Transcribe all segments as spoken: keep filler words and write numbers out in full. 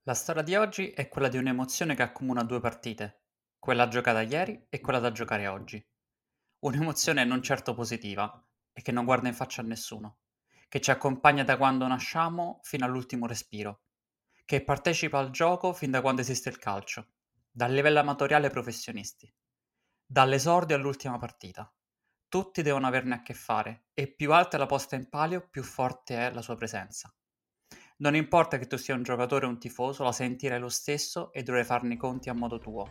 La storia di oggi è quella di un'emozione che accomuna due partite, quella giocata ieri e quella da giocare oggi. Un'emozione non certo positiva e che non guarda in faccia a nessuno, che ci accompagna da quando nasciamo fino all'ultimo respiro, che partecipa al gioco fin da quando esiste il calcio, dal livello amatoriale ai professionisti, dall'esordio all'ultima partita. Tutti devono averne a che fare e più alta è la posta in palio, più forte è la sua presenza. Non importa che tu sia un giocatore o un tifoso, la sentirai lo stesso e dovrai farne i conti a modo tuo.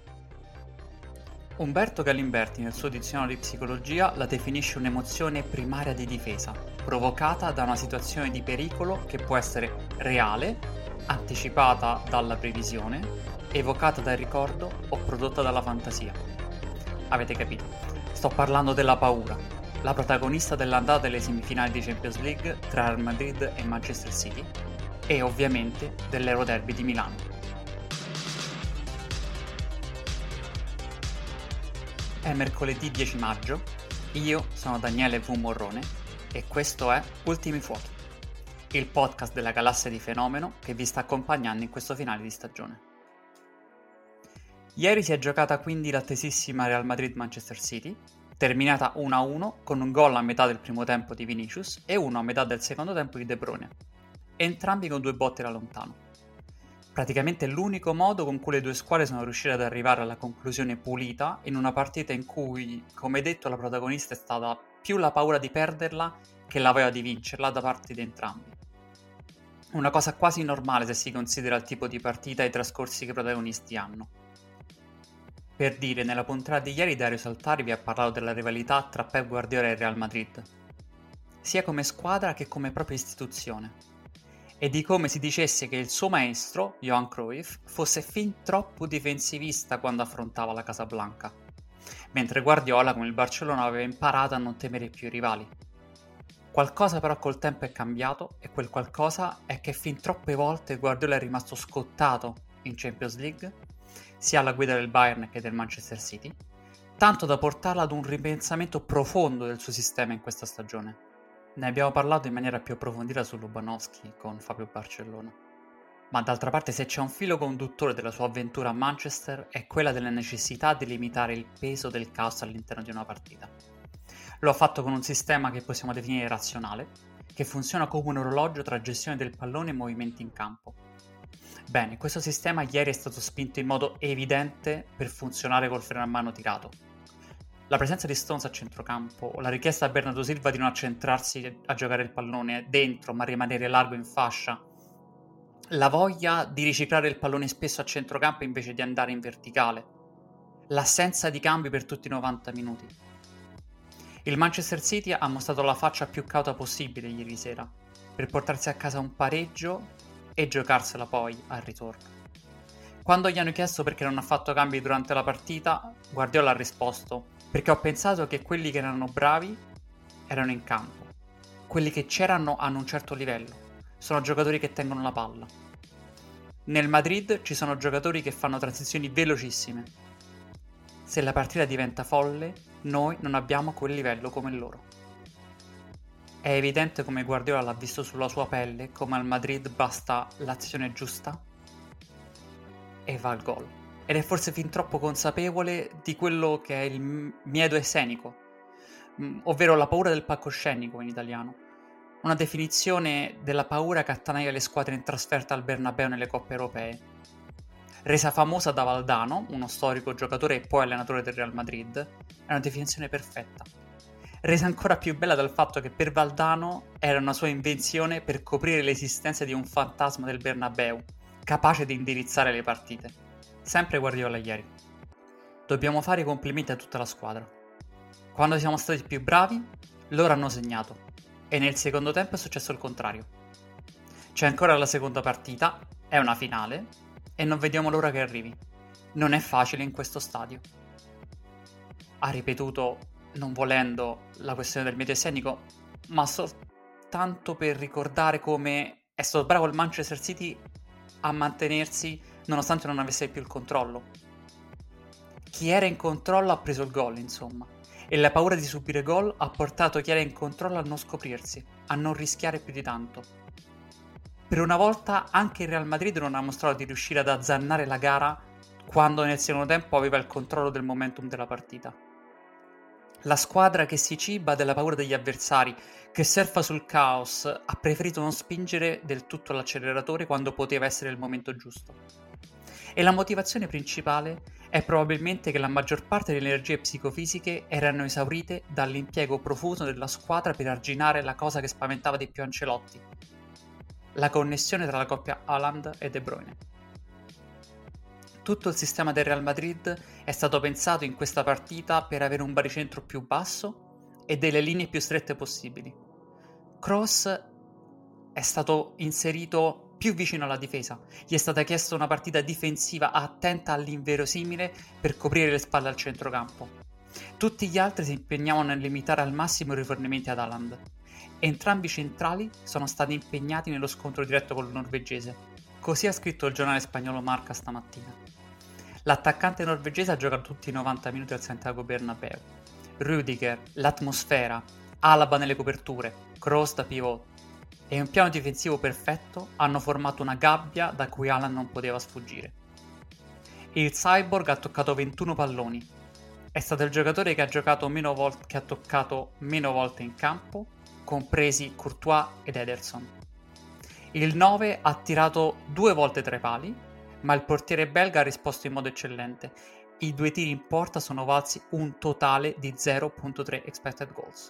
Umberto Galimberti nel suo dizionario di psicologia la definisce un'emozione primaria di difesa, provocata da una situazione di pericolo che può essere reale, anticipata dalla previsione, evocata dal ricordo o prodotta dalla fantasia. Avete capito? Sto parlando della paura, la protagonista dell'andata delle semifinali di Champions League tra Real Madrid e Manchester City e ovviamente dell'Euroderby di Milano. È mercoledì dieci maggio, io sono Daniele V. Morrone e questo è Ultimi Fuochi, il podcast della galassia di Fenomeno che vi sta accompagnando in questo finale di stagione. Ieri si è giocata quindi l'attesissima Real Madrid-Manchester City, terminata uno a uno con un gol a metà del primo tempo di Vinicius e uno a metà del secondo tempo di De Bruyne, entrambi con due botte da lontano. Praticamente l'unico modo con cui le due squadre sono riuscite ad arrivare alla conclusione pulita in una partita in cui, come detto, la protagonista è stata più la paura di perderla che la voglia di vincerla da parte di entrambi. Una cosa quasi normale se si considera il tipo di partita e i trascorsi che i protagonisti hanno. Per dire, nella puntata di ieri Dario Saltari vi ha parlato della rivalità tra Pep Guardiola e Real Madrid, sia come squadra che come propria istituzione, e di come si dicesse che il suo maestro, Johan Cruyff, fosse fin troppo difensivista quando affrontava la Casablanca, mentre Guardiola con il Barcellona aveva imparato a non temere più i rivali. Qualcosa però col tempo è cambiato e quel qualcosa è che fin troppe volte Guardiola è rimasto scottato in Champions League, sia alla guida del Bayern che del Manchester City, tanto da portarla ad un ripensamento profondo del suo sistema in questa stagione. Ne abbiamo parlato in maniera più approfondita su Lobanowski con Fabio Barcellona. Ma d'altra parte, se c'è un filo conduttore della sua avventura a Manchester, è quella della necessità di limitare il peso del caos all'interno di una partita. Lo ha fatto con un sistema che possiamo definire razionale, che funziona come un orologio tra gestione del pallone e movimenti in campo. Bene, questo sistema ieri è stato spinto in modo evidente per funzionare col freno a mano tirato. La presenza di Stones a centrocampo, la richiesta a Bernardo Silva di non accentrarsi a giocare il pallone dentro ma rimanere largo in fascia, la voglia di riciclare il pallone spesso a centrocampo invece di andare in verticale, l'assenza di cambi per tutti i novanta minuti. Il Manchester City ha mostrato la faccia più cauta possibile ieri sera, per portarsi a casa un pareggio e giocarsela poi al ritorno. Quando gli hanno chiesto perché non ha fatto cambi durante la partita, Guardiola ha risposto: perché ho pensato che quelli che erano bravi erano in campo. Quelli che c'erano hanno un certo livello. Sono giocatori che tengono la palla. Nel Madrid ci sono giocatori che fanno transizioni velocissime. Se la partita diventa folle, noi non abbiamo quel livello come loro. È evidente come Guardiola l'ha visto sulla sua pelle, come al Madrid basta l'azione giusta e va al gol. Ed è forse fin troppo consapevole di quello che è il miedo escenico, ovvero la paura del palcoscenico in italiano. Una definizione della paura che attanaglia le squadre in trasferta al Bernabeu nelle coppe europee. Resa famosa da Valdano, uno storico giocatore e poi allenatore del Real Madrid, è una definizione perfetta. Resa ancora più bella dal fatto che per Valdano era una sua invenzione per coprire l'esistenza di un fantasma del Bernabeu, capace di indirizzare le partite. Sempre Guardiola ieri. Dobbiamo fare i complimenti a tutta la squadra. Quando siamo stati più bravi, loro hanno segnato. E nel secondo tempo è successo il contrario. C'è ancora la seconda partita, è una finale, e non vediamo l'ora che arrivi. Non è facile in questo stadio. Ha ripetuto, non volendo, la questione del medio escenico, ma soltanto per ricordare come è stato bravo il Manchester City a mantenersi nonostante non avesse più il controllo. Chi era in controllo ha preso il gol, insomma, e la paura di subire gol ha portato chi era in controllo a non scoprirsi, a non rischiare più di tanto. Per una volta anche il Real Madrid non ha mostrato di riuscire ad azzannare la gara quando nel secondo tempo aveva il controllo del momentum della partita. La squadra che si ciba della paura degli avversari, che surfa sul caos, ha preferito non spingere del tutto l'acceleratore quando poteva essere il momento giusto. E la motivazione principale è probabilmente che la maggior parte delle energie psicofisiche erano esaurite dall'impiego profuso della squadra per arginare la cosa che spaventava di più Ancelotti: la connessione tra la coppia Haaland e De Bruyne. Tutto il sistema del Real Madrid è stato pensato in questa partita per avere un baricentro più basso e delle linee più strette possibili. Kroos è stato inserito più vicino alla difesa, gli è stata chiesta una partita difensiva attenta all'inverosimile per coprire le spalle al centrocampo. Tutti gli altri si impegnavano nel limitare al massimo i rifornimenti ad Haaland. Entrambi i centrali sono stati impegnati nello scontro diretto col norvegese. Così ha scritto il giornale spagnolo Marca stamattina. L'attaccante norvegese ha giocato tutti i novanta minuti al Santiago Bernabéu. Rüdiger, l'atmosfera, Alaba nelle coperture, Kroos da pivot e un piano difensivo perfetto hanno formato una gabbia da cui Haaland non poteva sfuggire. Il Cyborg ha toccato ventuno palloni. È stato il giocatore che ha giocato meno volte, che ha toccato meno volte in campo, compresi Courtois ed Ederson. Il nove ha tirato due volte tra i pali, ma il portiere belga ha risposto in modo eccellente. I due tiri in porta sono valsi un totale di zero virgola tre expected goals.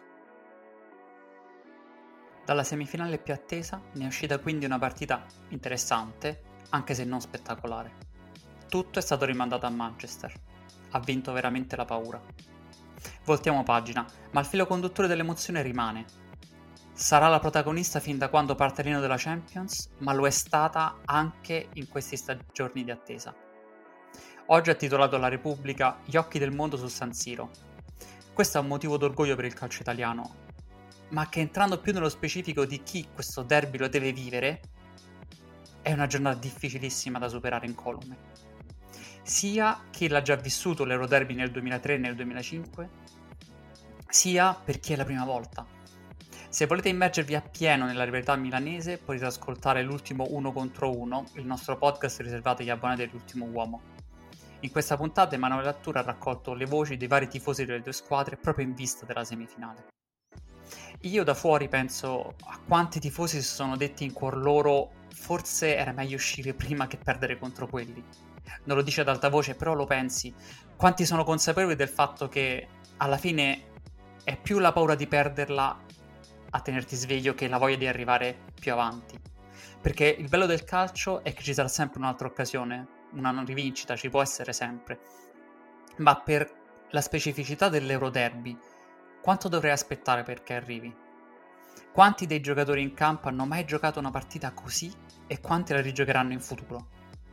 Dalla semifinale più attesa ne è uscita quindi una partita interessante, anche se non spettacolare. Tutto è stato rimandato a Manchester. Ha vinto veramente la paura. Voltiamo pagina, ma il filo conduttore dell'emozione rimane. Sarà la protagonista fin da quando parte l'anno della Champions, ma lo è stata anche in questi sta- giorni di attesa. Oggi ha titolato La Repubblica Gli occhi del mondo su San Siro. Questo è un motivo d'orgoglio per il calcio italiano, ma che entrando più nello specifico di chi questo derby lo deve vivere, è una giornata difficilissima da superare incolume. Sia chi l'ha già vissuto l'Euroderby nel duemilatré e nel duemilacinque, sia per chi è la prima volta. Se volete immergervi appieno nella rivalità milanese, potete ascoltare l'ultimo uno contro uno, il nostro podcast riservato agli abbonati dell'Ultimo Uomo. In questa puntata Emanuele Lattura ha raccolto le voci dei vari tifosi delle due squadre proprio in vista della semifinale. Io da fuori penso a quanti tifosi si sono detti in cuor loro forse era meglio uscire prima che perdere contro quelli. Non lo dice ad alta voce, però lo pensi. Quanti sono consapevoli del fatto che alla fine è più la paura di perderla a tenerti sveglio che la voglia di arrivare più avanti. Perché il bello del calcio è che ci sarà sempre un'altra occasione, una rivincita, ci può essere sempre. Ma per la specificità dell'Euroderby, quanto dovrei aspettare perché arrivi? Quanti dei giocatori in campo hanno mai giocato una partita così e quanti la rigiocheranno in futuro?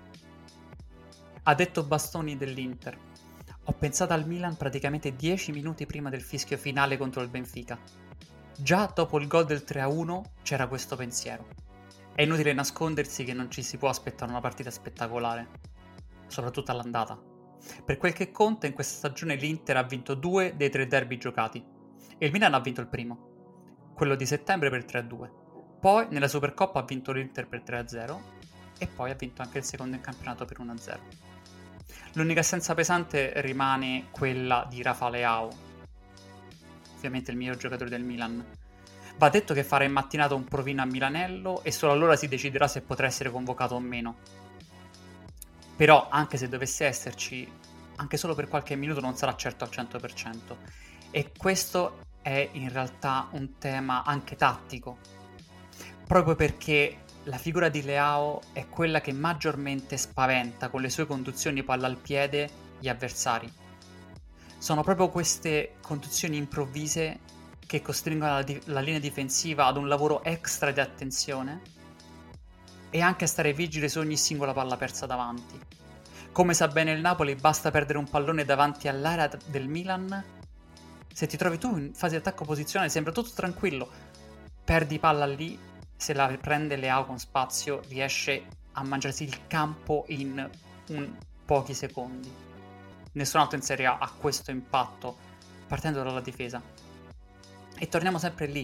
Ha detto Bastoni dell'Inter: ho pensato al Milan praticamente dieci minuti prima del fischio finale contro il Benfica. Già dopo il gol del tre a uno c'era questo pensiero. È inutile nascondersi che non ci si può aspettare una partita spettacolare, soprattutto all'andata. Per quel che conta, in questa stagione l'Inter ha vinto due dei tre derby giocati e il Milan ha vinto il primo, quello di settembre per tre a due. Poi nella Supercoppa ha vinto l'Inter per tre a zero e poi ha vinto anche il secondo in campionato per uno a zero. L'unica assenza pesante rimane quella di Rafa Leao, ovviamente il miglior giocatore del Milan. Va detto che farà in mattinata un provino a Milanello e solo allora si deciderà se potrà essere convocato o meno. Però anche se dovesse esserci, anche solo per qualche minuto non sarà certo al cento per cento. E questo è in realtà un tema anche tattico, proprio perché la figura di Leao è quella che maggiormente spaventa con le sue conduzioni palla al piede gli avversari. Sono proprio queste conduzioni improvvise che costringono la, di- la linea difensiva ad un lavoro extra di attenzione e anche a stare vigili su ogni singola palla persa davanti. Come sa bene il Napoli, basta perdere un pallone davanti all'area del Milan. Se ti trovi tu in fase di attacco posizionale sembra tutto tranquillo. Perdi palla lì, se la prende Leao con spazio riesce a mangiarsi il campo in un pochi secondi. Nessun altro in Serie A ha questo impatto partendo dalla difesa. E torniamo sempre lì.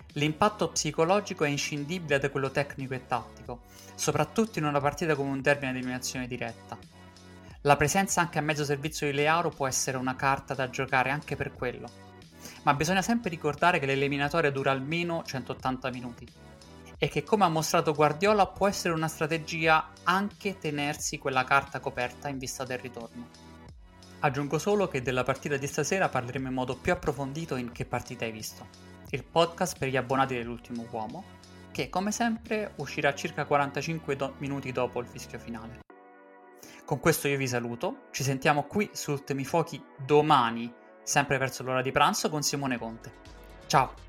L'impatto psicologico è inscindibile da quello tecnico e tattico, soprattutto in una partita come un derby a eliminazione diretta. La presenza anche a mezzo servizio di Leao può essere una carta da giocare anche per quello, ma bisogna sempre ricordare che l'eliminatoria dura almeno centottanta minuti e che, come ha mostrato Guardiola, può essere una strategia anche tenersi quella carta coperta in vista del ritorno. Aggiungo solo che della partita di stasera parleremo in modo più approfondito in Che partita hai visto? Il podcast per gli abbonati dell'Ultimo Uomo, che come sempre uscirà circa quarantacinque do- minuti dopo il fischio finale. Con questo io vi saluto, ci sentiamo qui su Ultimi Fuochi domani, sempre verso l'ora di pranzo con Simone Conte. Ciao!